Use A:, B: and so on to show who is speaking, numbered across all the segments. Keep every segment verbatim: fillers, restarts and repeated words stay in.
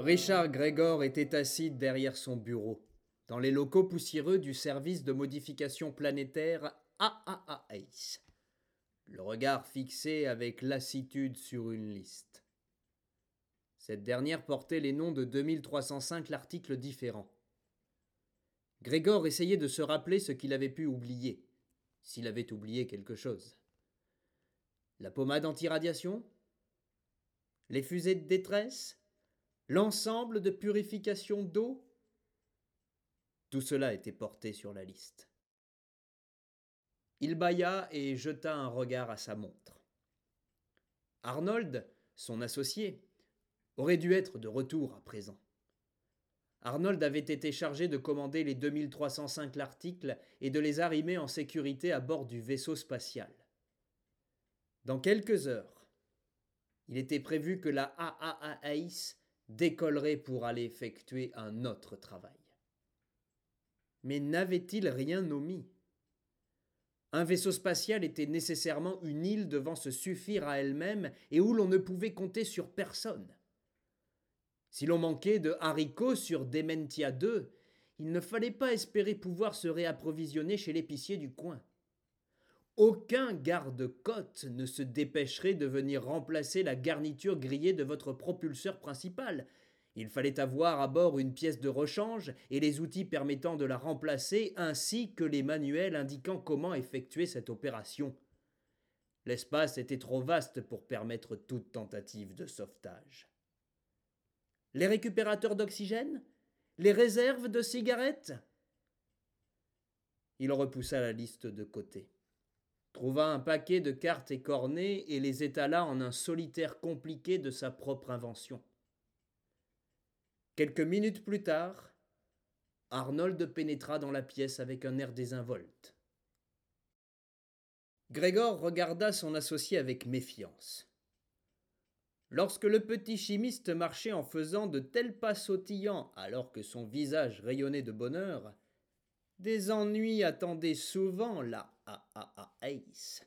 A: Richard Gregor était assis derrière son bureau, dans les locaux poussiéreux du service de modification planétaire A A A Ace, le regard fixé avec lassitude sur une liste. Cette dernière portait les noms de deux mille trois cent cinq articles différents. Gregor essayait de se rappeler ce qu'il avait pu oublier, s'il avait oublié quelque chose. La pommade anti-radiation ? Les fusées de détresse ? L'ensemble de purification d'eau ? Tout cela était porté sur la liste. Il bâilla et jeta un regard à sa montre. Arnold, son associé, aurait dû être de retour à présent. Arnold avait été chargé de commander les deux mille trois cent cinq articles et de les arrimer en sécurité à bord du vaisseau spatial. Dans quelques heures, il était prévu que la A A A Ace décollerait pour aller effectuer un autre travail. Mais n'avait-il rien omis ? Un vaisseau spatial était nécessairement une île devant se suffire à elle-même et où l'on ne pouvait compter sur personne. Si l'on manquait de haricots sur Dementia deux, il ne fallait pas espérer pouvoir se réapprovisionner chez l'épicier du coin. Aucun garde-côte ne se dépêcherait de venir remplacer la garniture grillée de votre propulseur principal. Il fallait avoir à bord une pièce de rechange et les outils permettant de la remplacer, ainsi que les manuels indiquant comment effectuer cette opération. L'espace était trop vaste pour permettre toute tentative de sauvetage. Les récupérateurs d'oxygène ? Les réserves de cigarettes ? Il repoussa la liste de côté, trouva un paquet de cartes et cornets et les étala en un solitaire compliqué de sa propre invention. Quelques minutes plus tard, Arnold pénétra dans la pièce avec un air désinvolte. Gregor regarda son associé avec méfiance. Lorsque le petit chimiste marchait en faisant de tels pas sautillants alors que son visage rayonnait de bonheur, des ennuis attendaient souvent la A A A Ace.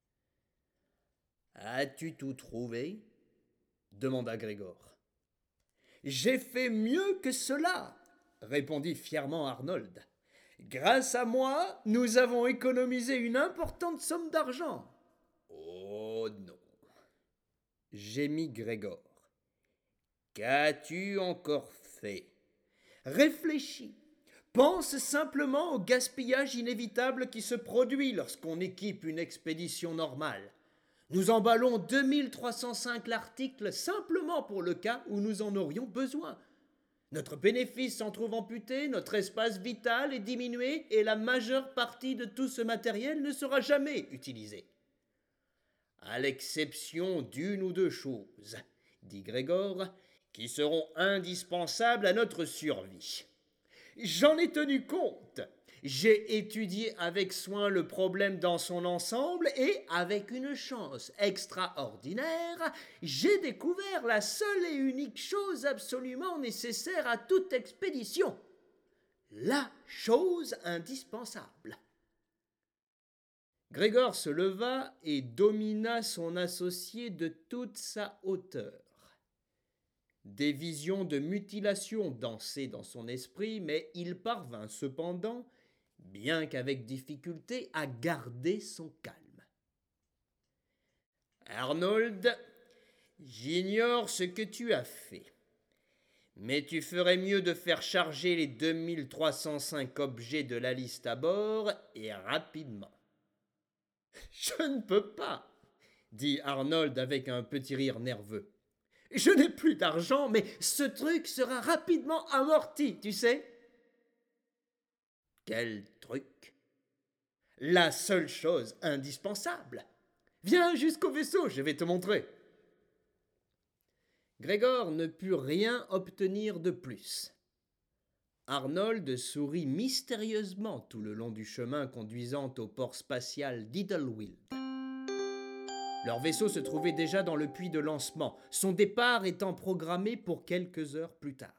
A: « As-tu tout trouvé ?» demanda Gregor. « J'ai fait mieux que cela !» répondit fièrement Arnold. « Grâce à moi, nous avons économisé une importante somme d'argent. »« Oh non !» gémit Gregor. « Qu'as-tu encore fait ?»« Réfléchis. Pense simplement au gaspillage inévitable qui se produit lorsqu'on équipe une expédition normale. Nous emballons deux mille trois cent cinq articles simplement pour le cas où nous en aurions besoin. Notre bénéfice s'en trouve amputé, notre espace vital est diminué et la majeure partie de tout ce matériel ne sera jamais utilisée. À l'exception d'une ou deux choses, dit Gregor, qui seront indispensables à notre survie. J'en ai tenu compte. J'ai étudié avec soin le problème dans son ensemble et, avec une chance extraordinaire, j'ai découvert la seule et unique chose absolument nécessaire à toute expédition. La chose indispensable. Gregor se leva et domina son associé de toute sa hauteur. Des visions de mutilation dansaient dans son esprit, mais il parvint cependant, bien qu'avec difficulté, à garder son calme. « Arnold, j'ignore ce que tu as fait, mais tu ferais mieux de faire charger les deux mille trois cent cinq objets de la liste à bord, et rapidement. »« Je ne peux pas, » dit Arnold avec un petit rire nerveux. « Je n'ai plus d'argent, mais ce truc sera rapidement amorti, tu sais. » « Quel truc ? » ?»« La seule chose indispensable. Viens jusqu'au vaisseau, je vais te montrer. » Gregor ne put rien obtenir de plus. Arnold sourit mystérieusement tout le long du chemin conduisant au port spatial d'Idlewild. Leur vaisseau se trouvait déjà dans le puits de lancement, son départ étant programmé pour quelques heures plus tard.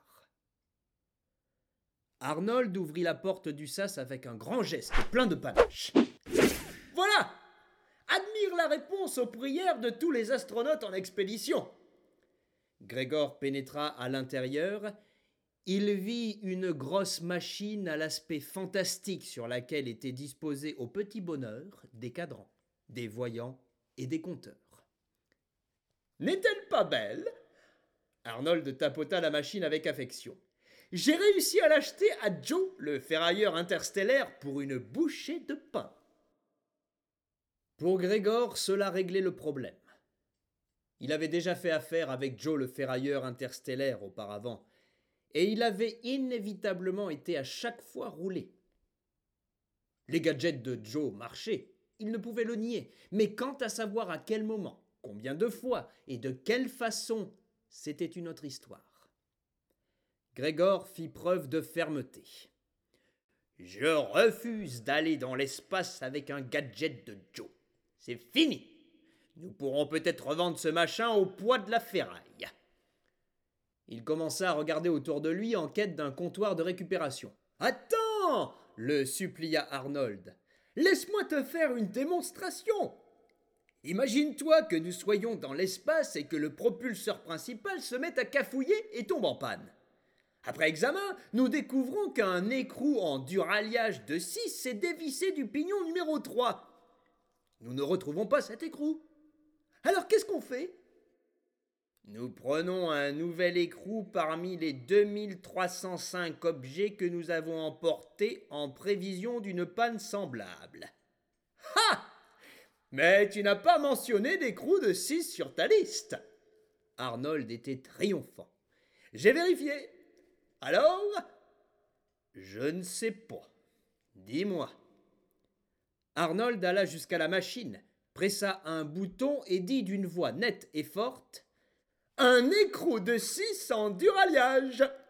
A: Arnold ouvrit la porte du sas avec un grand geste plein de panache. « Voilà ! Admire la réponse aux prières de tous les astronautes en expédition. » Grégor pénétra à l'intérieur. Il vit une grosse machine à l'aspect fantastique sur laquelle étaient disposés au petit bonheur des cadrans, des voyants et des compteurs. « N'est-elle pas belle ?» Arnold tapota la machine avec affection. « J'ai réussi à l'acheter à Joe, le ferrailleur interstellaire, pour une bouchée de pain. » Pour Grégor, cela réglait le problème. Il avait déjà fait affaire avec Joe, le ferrailleur interstellaire, auparavant, et il avait inévitablement été à chaque fois roulé. Les gadgets de Joe marchaient, il ne pouvait le nier, mais quant à savoir à quel moment, combien de fois et de quelle façon, c'était une autre histoire. Grégor fit preuve de fermeté. « Je refuse d'aller dans l'espace avec un gadget de Joe. C'est fini. Nous pourrons peut-être revendre ce machin au poids de la ferraille. » Il commença à regarder autour de lui en quête d'un comptoir de récupération. « Attends !» le supplia Arnold. « Laisse-moi te faire une démonstration. Imagine-toi que nous soyons dans l'espace et que le propulseur principal se mette à cafouiller et tombe en panne. Après examen, nous découvrons qu'un écrou en duralliage de six s'est dévissé du pignon numéro trois. Nous ne retrouvons pas cet écrou. Alors qu'est-ce qu'on fait ? Nous prenons un nouvel écrou parmi les deux mille trois cent cinq objets que nous avons emportés en prévision d'une panne semblable. Ha ! Mais tu n'as pas mentionné d'écrou de six sur ta liste. Arnold était triomphant. J'ai vérifié. Alors ? Je ne sais pas. Dis-moi. Arnold alla jusqu'à la machine, pressa un bouton et dit d'une voix nette et forte « Un écrou de six en duralliage, hein ?»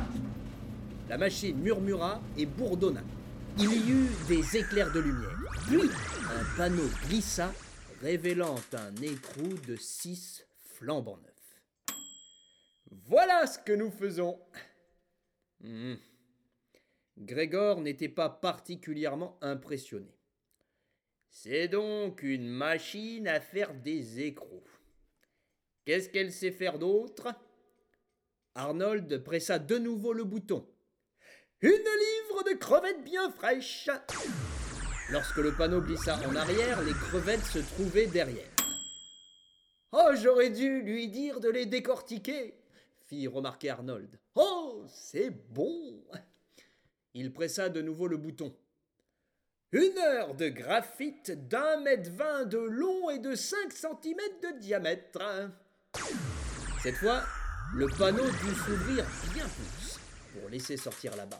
A: La machine murmura et bourdonna. Il y eut des éclairs de lumière. Puis, un panneau glissa, révélant un écrou de six flambant neuf. « Voilà ce que nous faisons !» Mmh. Grégor n'était pas particulièrement impressionné. « C'est donc une machine à faire des écrous. Qu'est-ce qu'elle sait faire d'autre ?» Arnold pressa de nouveau le bouton. « Une livre de crevettes bien fraîches !» Lorsque le panneau glissa en arrière, les crevettes se trouvaient derrière. « Oh, j'aurais dû lui dire de les décortiquer !» fit remarquer Arnold. « Oh, c'est bon !» Il pressa de nouveau le bouton. « Une heure de graphite d'un mètre vingt de long et de cinq centimètres de diamètre. » Cette fois, le panneau dut s'ouvrir bien plus pour laisser sortir la barre.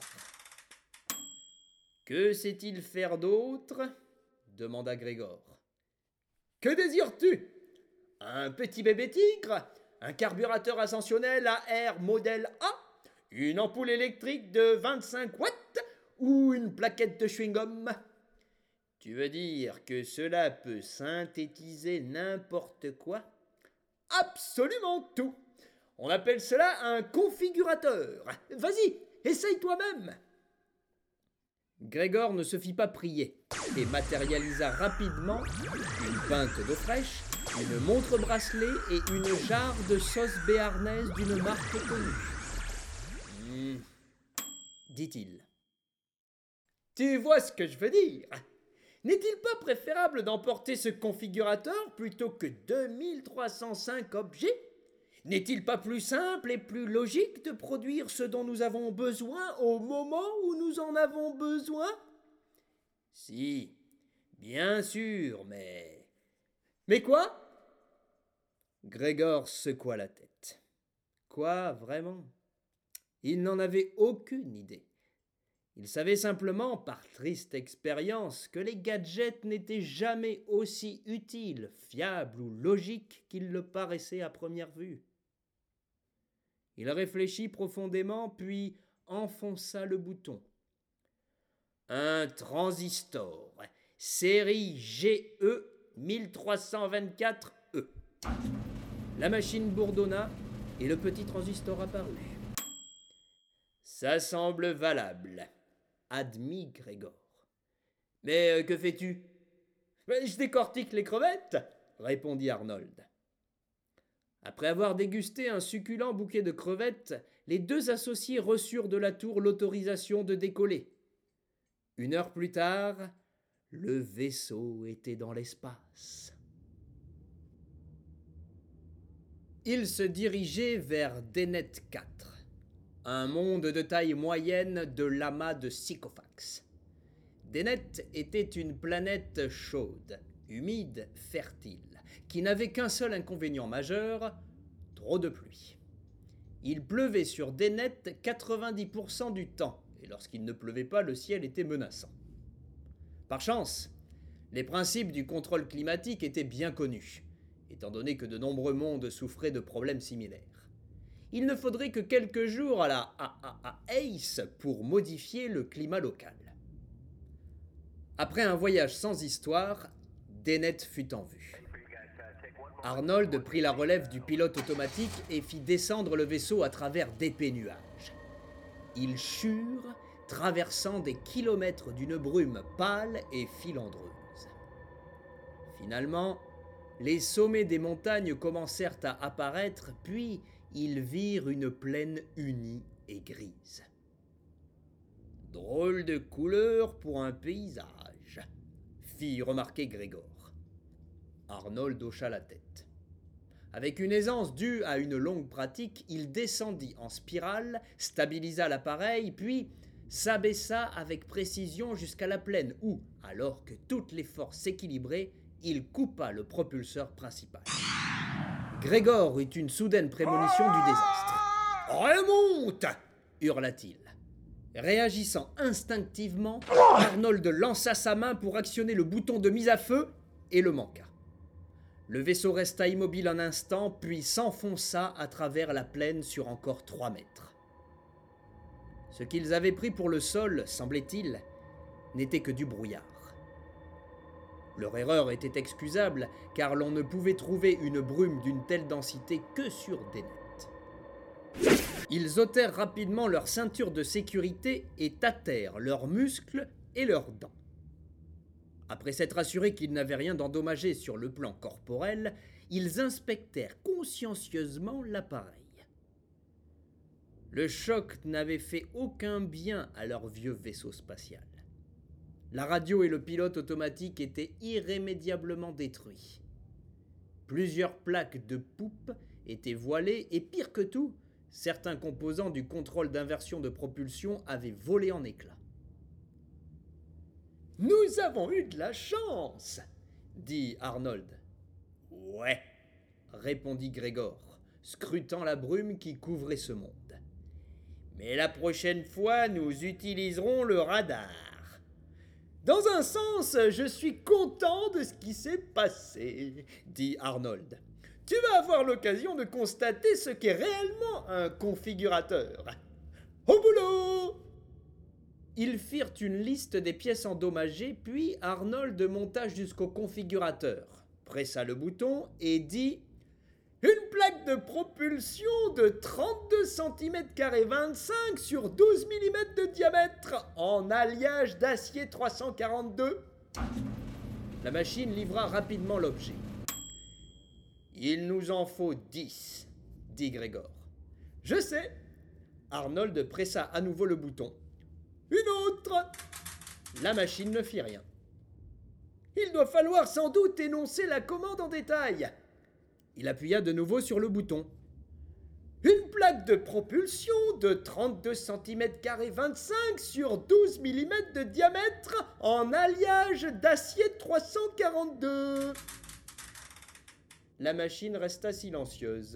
A: « Que sait-il faire d'autre ?» demanda Grégor. « Que désires-tu ? Un petit bébé tigre ? Un carburateur ascensionnel A R modèle A ? Une ampoule électrique de vingt-cinq watts ? Ou une plaquette de chewing-gum ? Tu veux dire que cela peut synthétiser n'importe quoi ? Absolument tout. On appelle cela un configurateur. Vas-y, essaye toi-même. » Grégor ne se fit pas prier et matérialisa rapidement une pinte d'eau fraîche, une montre bracelet et une jarre de sauce béarnaise d'une marque connue. Mmh, dit-il. Tu vois ce que je veux dire ? N'est-il pas préférable d'emporter ce configurateur plutôt que deux mille trois cent cinq objets ? N'est-il pas plus simple et plus logique de produire ce dont nous avons besoin au moment où nous en avons besoin ? Si, bien sûr, mais... Mais quoi ? Grégor secoua la tête. Quoi, vraiment ? Il n'en avait aucune idée. Il savait simplement, par triste expérience, que les gadgets n'étaient jamais aussi utiles, fiables ou logiques qu'ils le paraissaient à première vue. Il réfléchit profondément, puis enfonça le bouton. Un transistor, série G E mille trois cent vingt-quatre E. La machine bourdonna et le petit transistor apparut. Ça semble valable, admit Grégor. Mais euh, que fais-tu ? Je décortique les crevettes, répondit Arnold. Après avoir dégusté un succulent bouquet de crevettes, les deux associés reçurent de la tour l'autorisation de décoller. Une heure plus tard, le vaisseau était dans l'espace. Ils se dirigeaient vers Dénet quatre, un monde de taille moyenne de l'amas de Sycophanthe. Dénet était une planète chaude, humide, fertile, qui n'avait qu'un seul inconvénient majeur, trop de pluie. Il pleuvait sur Dénet quatre-vingt-dix pour cent du temps, et lorsqu'il ne pleuvait pas, le ciel était menaçant. Par chance, les principes du contrôle climatique étaient bien connus, étant donné que de nombreux mondes souffraient de problèmes similaires. Il ne faudrait que quelques jours à la A A A Ace pour modifier le climat local. Après un voyage sans histoire, Dénet fut en vue. Arnold prit la relève du pilote automatique et fit descendre le vaisseau à travers d'épais nuages. Ils churent, traversant des kilomètres d'une brume pâle et filandreuse. Finalement, les sommets des montagnes commencèrent à apparaître, puis ils virent une plaine unie et grise. « Drôle de couleur pour un paysage », fit remarquer Grégor. Arnold hocha la tête. Avec une aisance due à une longue pratique, il descendit en spirale, stabilisa l'appareil, puis s'abaissa avec précision jusqu'à la plaine où, alors que toutes les forces s'équilibraient, il coupa le propulseur principal. Grégor eut une soudaine prémonition du désastre. « Remonte !» hurla-t-il. Réagissant instinctivement, Arnold lança sa main pour actionner le bouton de mise à feu et le manqua. Le vaisseau resta immobile un instant, puis s'enfonça à travers la plaine sur encore trois mètres. Ce qu'ils avaient pris pour le sol, semblait-il, n'était que du brouillard. Leur erreur était excusable, car l'on ne pouvait trouver une brume d'une telle densité que sur Dénet. Ils ôtèrent rapidement leur ceinture de sécurité et tâtèrent leurs muscles et leurs dents. Après s'être assurés qu'ils n'avaient rien d'endommagé sur le plan corporel, ils inspectèrent consciencieusement l'appareil. Le choc n'avait fait aucun bien à leur vieux vaisseau spatial. La radio et le pilote automatique étaient irrémédiablement détruits. Plusieurs plaques de poupe étaient voilées et, pire que tout, certains composants du contrôle d'inversion de propulsion avaient volé en éclats. « Nous avons eu de la chance !» dit Arnold. « Ouais !» répondit Grégor, scrutant la brume qui couvrait ce monde. « Mais la prochaine fois, nous utiliserons le radar. » Dans un sens, je suis content de ce qui s'est passé, dit Arnold. Tu vas avoir l'occasion de constater ce qu'est réellement un configurateur. Au boulot! Ils firent une liste des pièces endommagées, puis Arnold monta jusqu'au configurateur, pressa le bouton et dit « Une plaque de propulsion de trente-deux centimètres carrés vingt-cinq sur douze millimètres de diamètre en alliage d'acier trois cent quarante-deux. » La machine livra rapidement l'objet. « Il nous en faut dix, » dit Grégor. « Je sais. » Arnold pressa à nouveau le bouton. « Une autre !» La machine ne fit rien. « Il doit falloir sans doute énoncer la commande en détail. » Il appuya de nouveau sur le bouton. « Une plaque de propulsion de trente-deux centimètres carrés vingt-cinq sur douze millimètres de diamètre en alliage d'acier trois cent quarante-deux. » La machine resta silencieuse.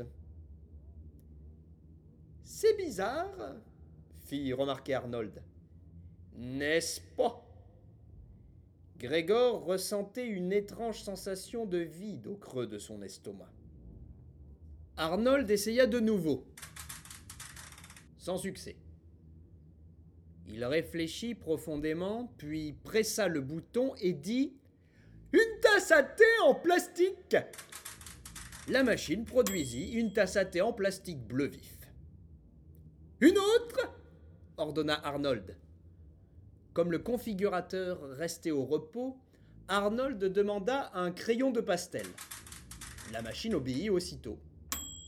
A: « C'est bizarre, » fit remarquer Arnold. « N'est-ce pas ?» Grégor ressentait une étrange sensation de vide au creux de son estomac. Arnold essaya de nouveau. Sans succès. Il réfléchit profondément, puis pressa le bouton et dit « Une tasse à thé en plastique !» La machine produisit une tasse à thé en plastique bleu vif. « Une autre !» ordonna Arnold. Comme le configurateur restait au repos, Arnold demanda un crayon de pastel. La machine obéit aussitôt.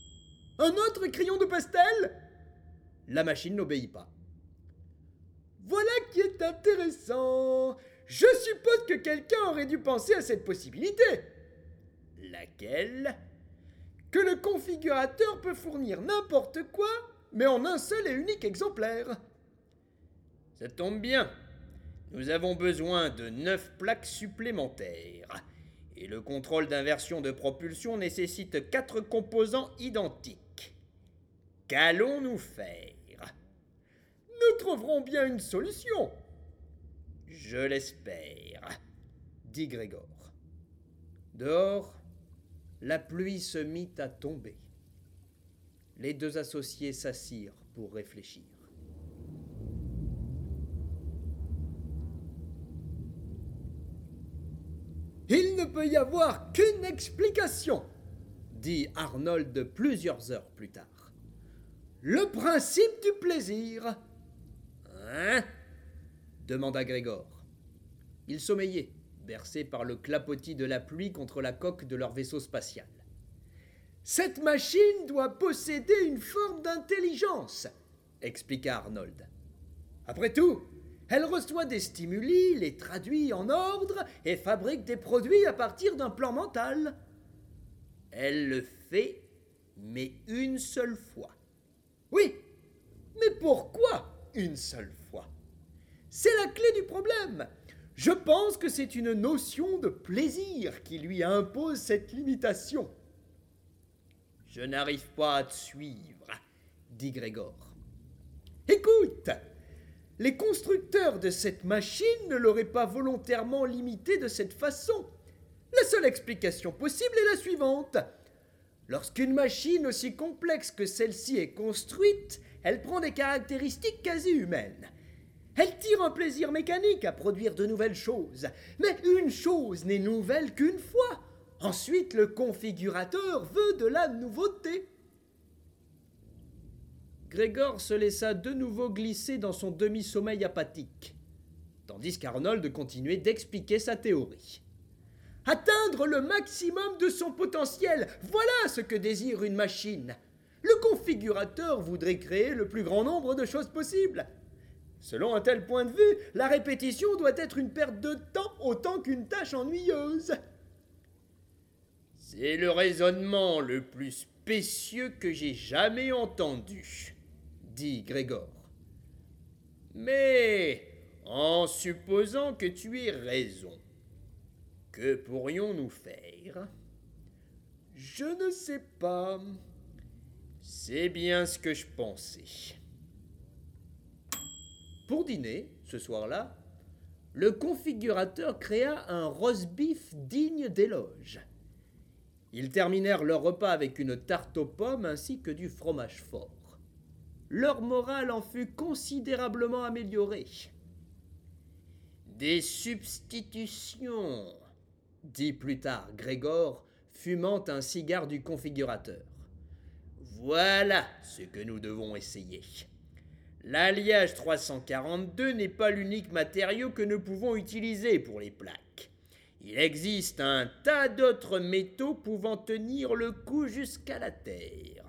B: Un autre crayon de pastel?
A: La machine n'obéit pas.
B: Voilà qui est intéressant. Je suppose que quelqu'un aurait dû penser à cette possibilité.
A: Laquelle?
B: Que le configurateur peut fournir n'importe quoi, mais en un seul et unique exemplaire.
A: Ça tombe bien. Nous avons besoin de neuf plaques supplémentaires. Et le contrôle d'inversion de propulsion nécessite quatre composants identiques. Qu'allons-nous faire?
B: Nous trouverons bien une solution.
A: Je l'espère, dit Grégor. Dehors, la pluie se mit à tomber. Les deux associés s'assirent pour réfléchir.
B: Il ne peut y avoir qu'une explication,
A: dit Arnold plusieurs heures plus tard.
B: Le principe du plaisir.
A: Hein? Demanda Grégor. Ils sommeillaient, bercés par le clapotis de la pluie contre la coque de leur vaisseau spatial.
B: Cette machine doit posséder une forme d'intelligence, expliqua Arnold. Après tout, elle reçoit des stimuli, les traduit en ordre et fabrique des produits à partir d'un plan mental.
A: Elle le fait, mais une seule fois.
B: Oui, mais pourquoi une seule fois? C'est la clé du problème. Je pense que c'est une notion de plaisir qui lui impose cette limitation.
A: Je n'arrive pas à te suivre, dit Grégor.
B: Écoute, les constructeurs de cette machine ne l'auraient pas volontairement limitée de cette façon. La seule explication possible est la suivante. Lorsqu'une machine aussi complexe que celle-ci est construite, elle prend des caractéristiques quasi humaines. Elle tire un plaisir mécanique à produire de nouvelles choses. Mais une chose n'est nouvelle qu'une fois. Ensuite, le configurateur veut de la nouveauté.
A: Grégor se laissa de nouveau glisser dans son demi-sommeil apathique, tandis qu'Arnold continuait d'expliquer sa théorie.
B: Atteindre le maximum de son potentiel, voilà ce que désire une machine. Le configurateur voudrait créer le plus grand nombre de choses possibles. Selon un tel point de vue, la répétition doit être une perte de temps autant qu'une tâche ennuyeuse.
A: C'est le raisonnement le plus spécieux que j'ai jamais entendu, dit Grégor. Mais, en supposant que tu aies raison, que pourrions-nous faire?
B: Je ne sais pas.
A: C'est bien ce que je pensais. Pour dîner, ce soir-là, le configurateur créa un roast-beef digne d'éloge. Ils terminèrent leur repas avec une tarte aux pommes ainsi que du fromage fort. Leur morale en fut considérablement améliorée. Des substitutions, dit plus tard Grégor, fumant un cigare du configurateur. Voilà ce que nous devons essayer. L'alliage trois cent quarante-deux n'est pas l'unique matériau que nous pouvons utiliser pour les plaques. Il existe un tas d'autres métaux pouvant tenir le coup jusqu'à la Terre.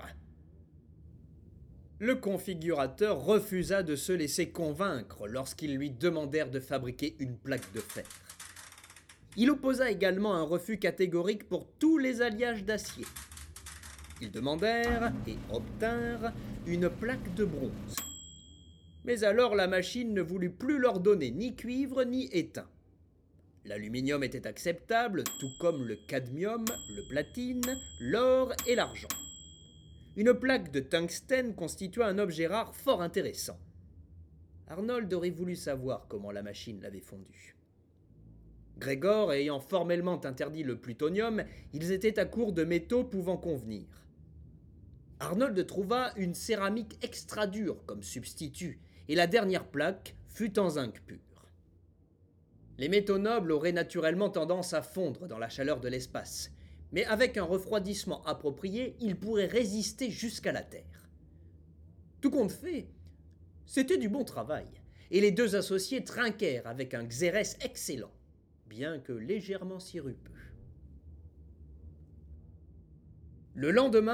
A: Le configurateur refusa de se laisser convaincre lorsqu'ils lui demandèrent de fabriquer une plaque de fer. Il opposa également un refus catégorique pour tous les alliages d'acier. Ils demandèrent et obtinrent une plaque de bronze. Mais alors la machine ne voulut plus leur donner ni cuivre ni étain. L'aluminium était acceptable, tout comme le cadmium, le platine, l'or et l'argent. Une plaque de tungstène constituait un objet rare fort intéressant. Arnold aurait voulu savoir comment la machine l'avait fondu. Grégor ayant formellement interdit le plutonium, ils étaient à court de métaux pouvant convenir. Arnold trouva une céramique extra dure comme substitut, et la dernière plaque fut en zinc pur. Les métaux nobles auraient naturellement tendance à fondre dans la chaleur de l'espace, mais avec un refroidissement approprié, ils pourraient résister jusqu'à la Terre. Tout compte fait, c'était du bon travail, et les deux associés trinquèrent avec un xérès excellent, bien que légèrement sirupeux. Le lendemain,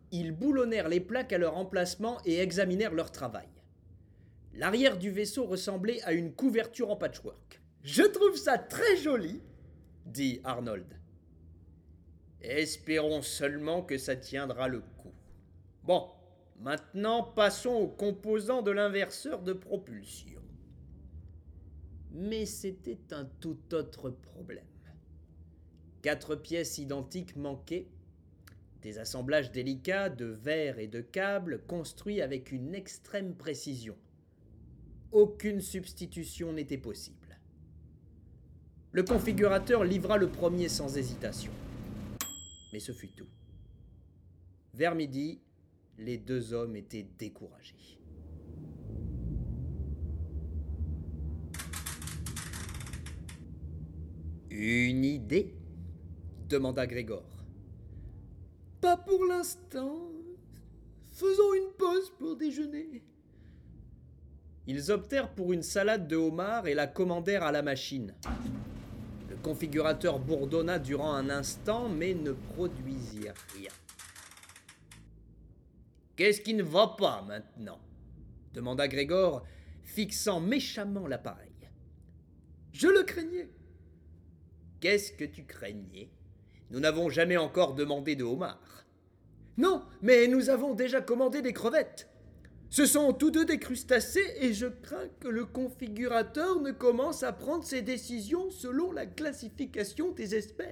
A: ils boulonnèrent les plaques à leur emplacement et examinèrent leur travail. L'arrière du vaisseau ressemblait à une couverture en patchwork.
B: « Je trouve ça très joli, »
A: dit Arnold. « Espérons seulement que ça tiendra le coup. Bon, maintenant passons aux composants de l'inverseur de propulsion. » Mais c'était un tout autre problème. Quatre pièces identiques manquaient, des assemblages délicats de verre et de câbles construits avec une extrême précision. Aucune substitution n'était possible. Le configurateur livra le premier sans hésitation. Mais ce fut tout. Vers midi, les deux hommes étaient découragés. Une idée ? Demanda Grégor.
B: Pas pour l'instant. Faisons une pause pour déjeuner.
A: Ils optèrent pour une salade de homard et la commandèrent à la machine. Le configurateur bourdonna durant un instant, mais ne produisit rien. « Qu'est-ce qui ne va pas maintenant ?» demanda Grégor, fixant méchamment l'appareil.
B: « Je le craignais. »«
A: Qu'est-ce que tu craignais ? Nous n'avons jamais encore demandé de homard. »«
B: Non, mais nous avons déjà commandé des crevettes. Ce sont tous deux des crustacés et je crains que le configurateur ne commence à prendre ses décisions selon la classification des espèces. »«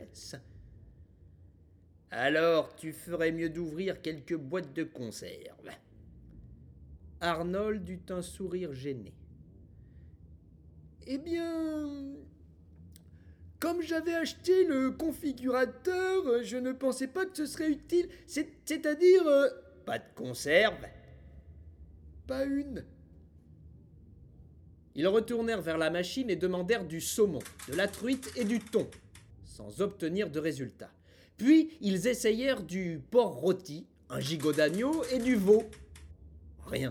A: Alors, tu ferais mieux d'ouvrir quelques boîtes de conserve. » Arnold eut un sourire gêné.
B: « Eh bien... Comme j'avais acheté le configurateur, je ne pensais pas que ce serait utile. C'est, c'est-à-dire... Euh,
A: pas de conserve ?
B: Pas une. »
A: Ils retournèrent vers la machine et demandèrent du saumon, de la truite et du thon, sans obtenir de résultat. Puis ils essayèrent du porc rôti, un gigot d'agneau et du veau. Rien.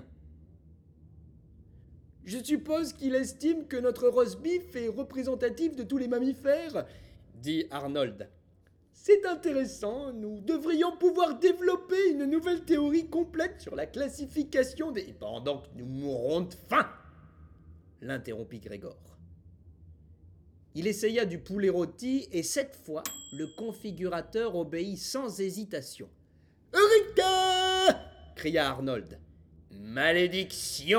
B: « Je suppose qu'il estime que notre roast beef est représentatif de tous les mammifères, »
A: dit Arnold.
B: « C'est intéressant, nous devrions pouvoir développer une nouvelle théorie complète sur la classification des... »«
A: Pendant que nous mourrons de faim !» l'interrompit Grégor. Il essaya du poulet rôti et cette fois, le configurateur obéit sans hésitation.
B: « Eureka !»
A: cria Arnold. « Malédiction !»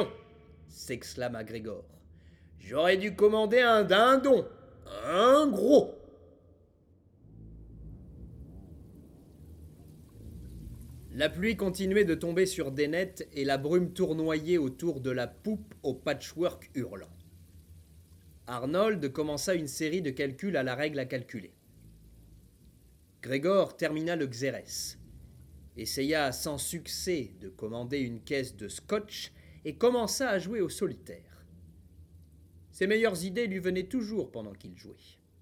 A: s'exclama Grégor. « J'aurais dû commander un dindon, un gros !» La pluie continuait de tomber sur des nets et la brume tournoyait autour de la poupe au patchwork hurlant. Arnold commença une série de calculs à la règle à calculer. Grégor termina le xérès, essaya sans succès de commander une caisse de scotch et commença à jouer au solitaire. Ses meilleures idées lui venaient toujours pendant qu'il jouait.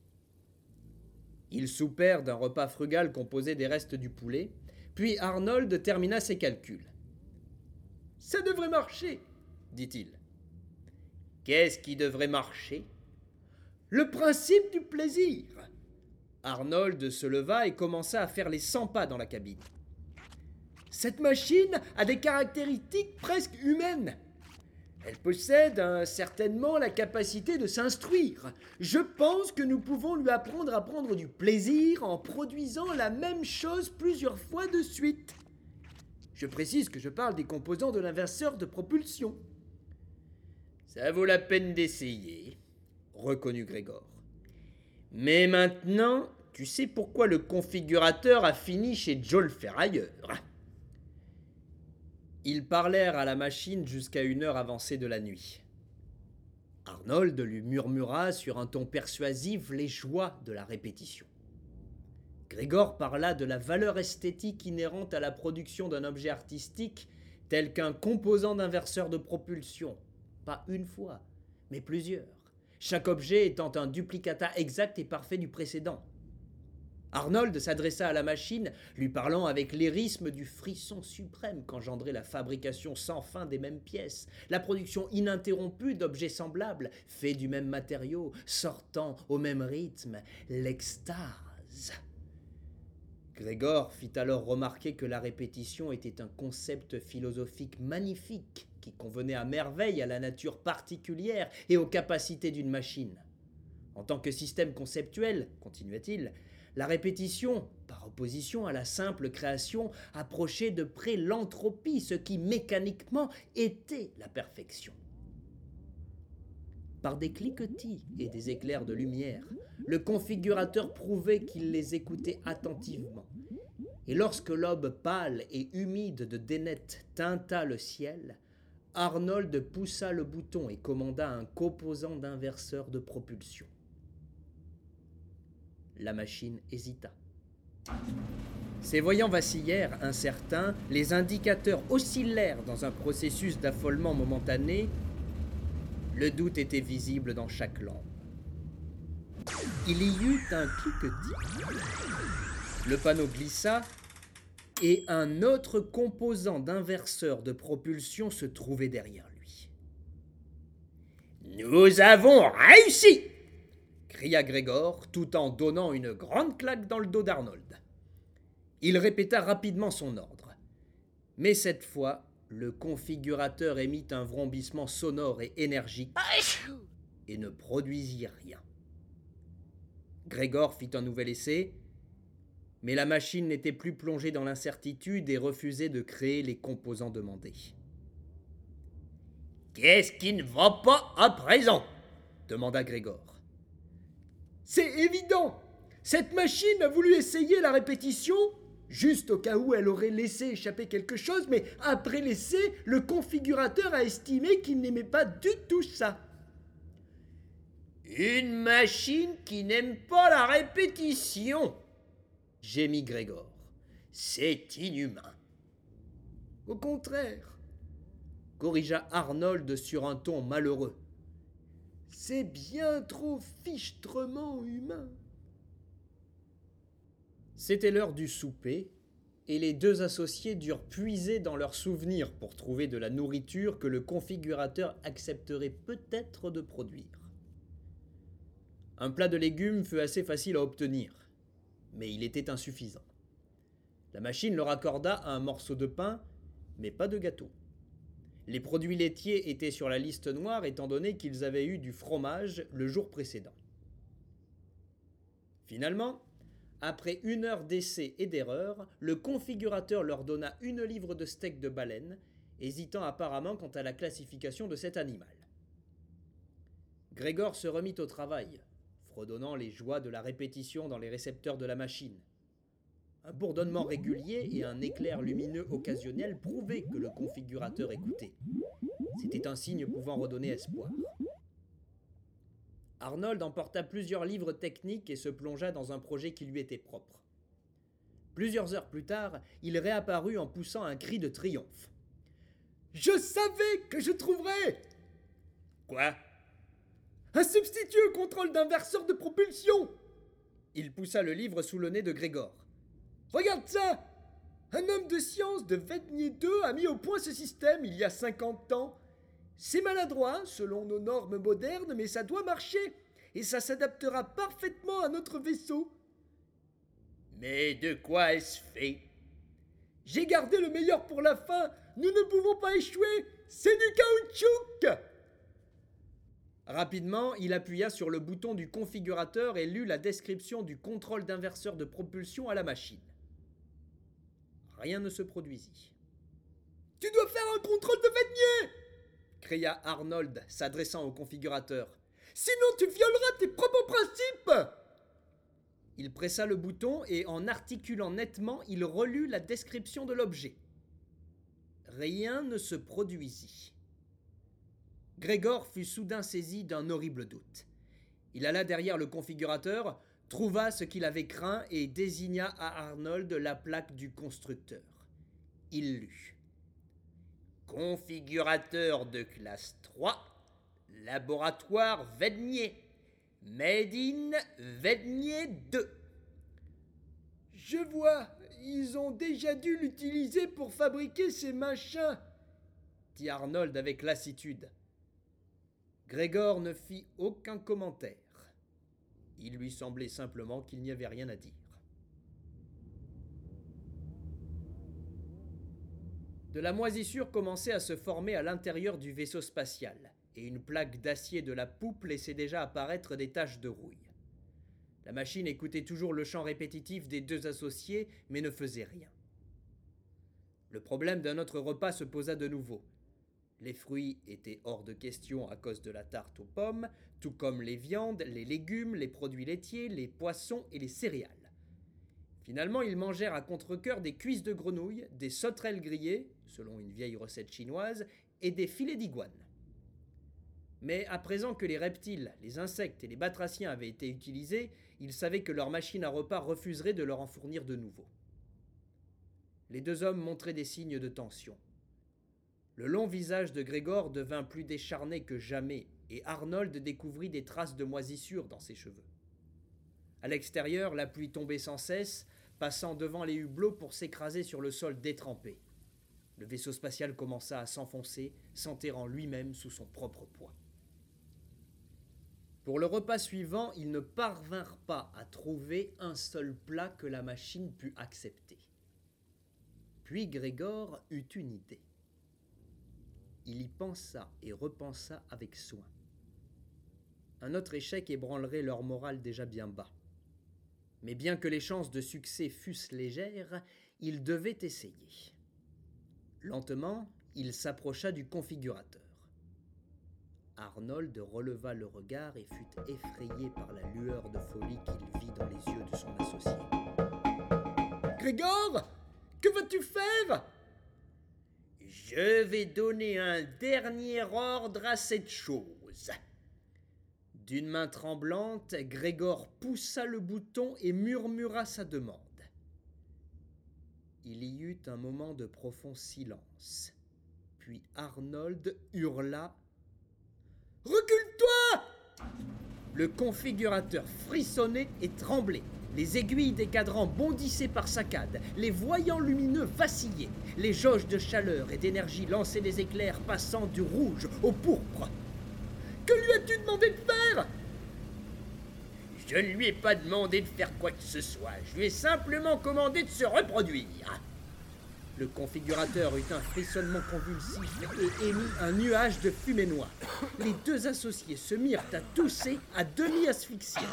A: Ils soupèrent d'un repas frugal composé des restes du poulet, puis Arnold termina ses calculs.
B: « Ça devrait marcher, » dit-il.
A: « Qu'est-ce qui devrait marcher ?»«
B: Le principe du plaisir. »
A: Arnold se leva et commença à faire les cent pas dans la cabine.
B: « Cette machine a des caractéristiques presque humaines. Elle possède euh, certainement la capacité de s'instruire. Je pense que nous pouvons lui apprendre à prendre du plaisir en produisant la même chose plusieurs fois de suite. Je précise que je parle des composants de l'inverseur de propulsion. »«
A: Ça vaut la peine d'essayer, » reconnut Grégor. « Mais maintenant, tu sais pourquoi le configurateur a fini chez Joe le ferrailleur. » Ils parlèrent à la machine jusqu'à une heure avancée de la nuit. Arnold lui murmura sur un ton persuasif les joies de la répétition. Grégor parla de la valeur esthétique inhérente à la production d'un objet artistique tel qu'un composant d'inverseur de propulsion. Pas une fois, mais plusieurs. Chaque objet étant un duplicata exact et parfait du précédent. Arnold s'adressa à la machine, lui parlant avec l'érisme du frisson suprême qu'engendrait la fabrication sans fin des mêmes pièces, la production ininterrompue d'objets semblables, faits du même matériau, sortant au même rythme, l'extase. Grégor fit alors remarquer que la répétition était un concept philosophique magnifique qui convenait à merveille à la nature particulière et aux capacités d'une machine. En tant que système conceptuel, continua-t-il, la répétition, par opposition à la simple création, approchait de près l'entropie, ce qui mécaniquement était la perfection. Par des cliquetis et des éclairs de lumière, le configurateur prouvait qu'il les écoutait attentivement. Et lorsque l'aube pâle et humide de Dénette teinta le ciel, Arnold poussa le bouton et commanda un composant d'inverseur de propulsion. La machine hésita. Ses voyants vacillèrent, incertains, les indicateurs oscillèrent dans un processus d'affolement momentané. Le doute était visible dans chaque lampe. Il y eut un cliquetis. Le panneau glissa et un autre composant d'inverseur de propulsion se trouvait derrière lui. « Nous avons réussi !» cria Grégor, tout en donnant une grande claque dans le dos d'Arnold. Il répéta rapidement son ordre. Mais cette fois, le configurateur émit un vrombissement sonore et énergique et ne produisit rien. Grégor fit un nouvel essai, mais la machine n'était plus plongée dans l'incertitude et refusait de créer les composants demandés. « Qu'est-ce qui ne va pas à présent ?» demanda Grégor.
B: « C'est évident. Cette machine a voulu essayer la répétition, juste au cas où elle aurait laissé échapper quelque chose, mais après l'essai, le configurateur a estimé qu'il n'aimait pas du tout ça. »
A: « Une machine qui n'aime pas la répétition !» gémit Grégor. « C'est inhumain. »
B: « Au contraire, »
A: corrigea Arnold sur un ton malheureux.
B: « C'est bien trop fichtrement humain. »
A: C'était l'heure du souper, et les deux associés durent puiser dans leurs souvenirs pour trouver de la nourriture que le configurateur accepterait peut-être de produire. Un plat de légumes fut assez facile à obtenir, mais il était insuffisant. La machine leur accorda un morceau de pain, mais pas de gâteau. Les produits laitiers étaient sur la liste noire étant donné qu'ils avaient eu du fromage le jour précédent. Finalement, après une heure d'essais et d'erreurs, le configurateur leur donna une livre de steak de baleine, hésitant apparemment quant à la classification de cet animal. Grégor se remit au travail, fredonnant les joies de la répétition dans les récepteurs de la machine. Un bourdonnement régulier et un éclair lumineux occasionnel prouvaient que le configurateur écoutait. C'était un signe pouvant redonner espoir. Arnold emporta plusieurs livres techniques et se plongea dans un projet qui lui était propre. Plusieurs heures plus tard, il réapparut en poussant un cri de triomphe.
B: « Je savais que je trouverais !»«
A: Quoi ?»«
B: Un substitut au contrôle d'inverseur de propulsion !»
A: Il poussa le livre sous le nez de Grégor.
B: « Regarde ça ! Un homme de science de Vednier deux a mis au point ce système il y a cinquante ans. C'est maladroit, selon nos normes modernes, mais ça doit marcher, et ça s'adaptera parfaitement à notre vaisseau. »«
A: Mais de quoi est-ce fait ?»«
B: J'ai gardé le meilleur pour la fin. Nous ne pouvons pas échouer. C'est du caoutchouc !»
A: Rapidement, il appuya sur le bouton du configurateur et lut la description du contrôle d'inverseur de propulsion à la machine. Rien ne se produisit.
B: « Tu dois faire un contrôle de Vednier !»
A: cria Arnold, s'adressant au configurateur.
B: « Sinon tu violeras tes propres principes !»
A: Il pressa le bouton et, en articulant nettement, il relut la description de l'objet. Rien ne se produisit. Grégor fut soudain saisi d'un horrible doute. Il alla derrière le configurateur, trouva ce qu'il avait craint et désigna à Arnold la plaque du constructeur. Il lut. Configurateur de classe trois, laboratoire Vednier, made in Vednier deux.
B: Je vois, ils ont déjà dû l'utiliser pour fabriquer ces machins,
A: dit Arnold avec lassitude. Grégor ne fit aucun commentaire. Il lui semblait simplement qu'il n'y avait rien à dire. De la moisissure commençait à se former à l'intérieur du vaisseau spatial, et une plaque d'acier de la poupe laissait déjà apparaître des taches de rouille. La machine écoutait toujours le chant répétitif des deux associés, mais ne faisait rien. Le problème d'un autre repas se posa de nouveau. Les fruits étaient hors de question à cause de la tarte aux pommes, tout comme les viandes, les légumes, les produits laitiers, les poissons et les céréales. Finalement, ils mangèrent à contre-cœur des cuisses de grenouille, des sauterelles grillées, selon une vieille recette chinoise, et des filets d'iguane. Mais à présent que les reptiles, les insectes et les batraciens avaient été utilisés, ils savaient que leur machine à repas refuserait de leur en fournir de nouveaux. Les deux hommes montraient des signes de tension. Le long visage de Grégor devint plus décharné que jamais, et Arnold découvrit des traces de moisissure dans ses cheveux. À l'extérieur, la pluie tombait sans cesse, passant devant les hublots pour s'écraser sur le sol détrempé. Le vaisseau spatial commença à s'enfoncer, s'enterrant lui-même sous son propre poids. Pour le repas suivant, ils ne parvinrent pas à trouver un seul plat que la machine pût accepter. Puis Grégor eut une idée. Il y pensa et repensa avec soin. Un autre échec ébranlerait leur morale déjà bien bas. Mais bien que les chances de succès fussent légères, il devait essayer. Lentement, il s'approcha du configurateur. Arnold releva le regard et fut effrayé par la lueur de folie qu'il vit dans les yeux de son associé.
B: « Grégor, que vas-tu faire ?»«
C: Je vais donner un dernier ordre à cette chose. »
A: D'une main tremblante, Grégor poussa le bouton et murmura sa demande. Il y eut un moment de profond silence. Puis Arnold hurla « Recule-toi !» Le configurateur frissonnait et tremblait. Les aiguilles des cadrans bondissaient par saccades, les voyants lumineux vacillaient, les jauges de chaleur et d'énergie lançaient des éclairs passant du rouge au pourpre.
B: « Que lui as-tu demandé de faire ?»
C: Je ne lui ai pas demandé de faire quoi que ce soit, je lui ai simplement commandé de se reproduire.
A: Le configurateur eut un frissonnement convulsif et émit un nuage de fumée noire. Les deux associés se mirent à tousser, à demi asphyxiés.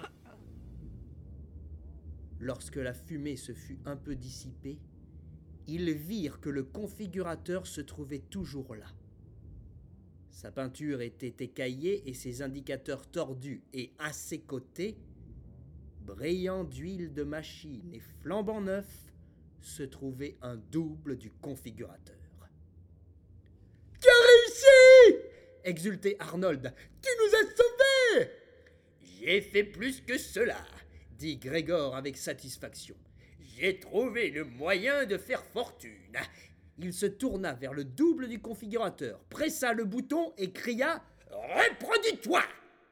A: Lorsque la fumée se fut un peu dissipée, ils virent que le configurateur se trouvait toujours là. Sa peinture était écaillée et ses indicateurs tordus, et à ses côtés, brillant d'huile de machine et flambant neuf, se trouvait un double du configurateur.
B: « Tu as réussi !»
A: exultait Arnold.
B: « Tu nous as sauvés !»«
C: J'ai fait plus que cela !»
A: dit Grégor avec satisfaction.
C: « J'ai trouvé le moyen de faire fortune !»
A: Il se tourna vers le double du configurateur, pressa le bouton et cria «
C: Reproduis-toi !»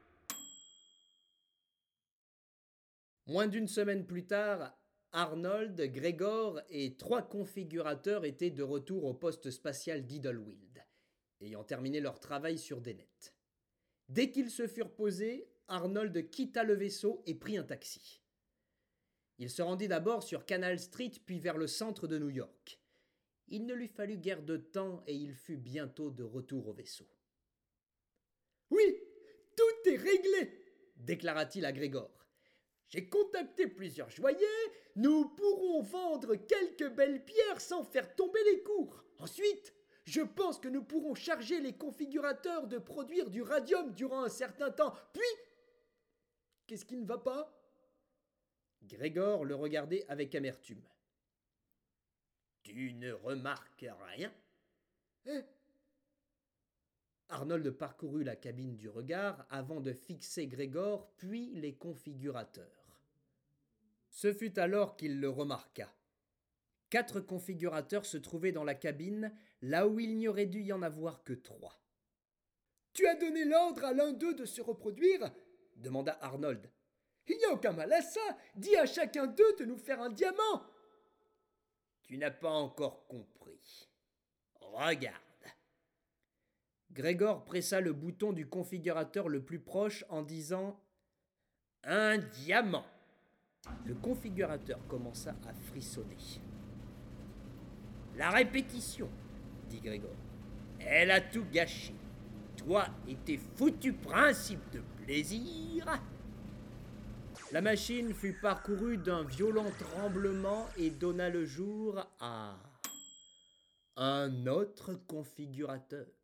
A: Moins d'une semaine plus tard, Arnold, Grégor et trois configurateurs étaient de retour au poste spatial d'Idlewild, ayant terminé leur travail sur Denet. Dès qu'ils se furent posés, Arnold quitta le vaisseau et prit un taxi. Il se rendit d'abord sur Canal Street puis vers le centre de New York. Il ne lui fallut guère de temps et il fut bientôt de retour au vaisseau.
B: « Oui, tout est réglé !»
A: déclara-t-il à Grégor.
B: J'ai contacté plusieurs joailliers, nous pourrons vendre quelques belles pierres sans faire tomber les cours. Ensuite, je pense que nous pourrons charger les configurateurs de produire du radium durant un certain temps. Puis, qu'est-ce qui ne va pas ?
A: Grégor le regardait avec amertume.
C: Tu ne remarques rien ?
B: Hein ?
A: Arnold parcourut la cabine du regard avant de fixer Grégor, puis les configurateurs. Ce fut alors qu'il le remarqua. Quatre configurateurs se trouvaient dans la cabine, là où il n'y aurait dû y en avoir que trois.
B: « Tu as donné l'ordre à l'un d'eux de se reproduire ?»
A: demanda Arnold.
B: « Il n'y a aucun mal à ça. Dis à chacun d'eux de nous faire un diamant. »
C: Tu n'as pas encore compris. Regarde.
A: Grégor pressa le bouton du configurateur le plus proche en disant «
C: Un diamant !»
A: Le configurateur commença à frissonner.
C: La répétition, dit Grégor. Elle a tout gâché. Toi et tes foutus principes de plaisir.
A: La machine fut parcourue d'un violent tremblement et donna le jour à un autre configurateur.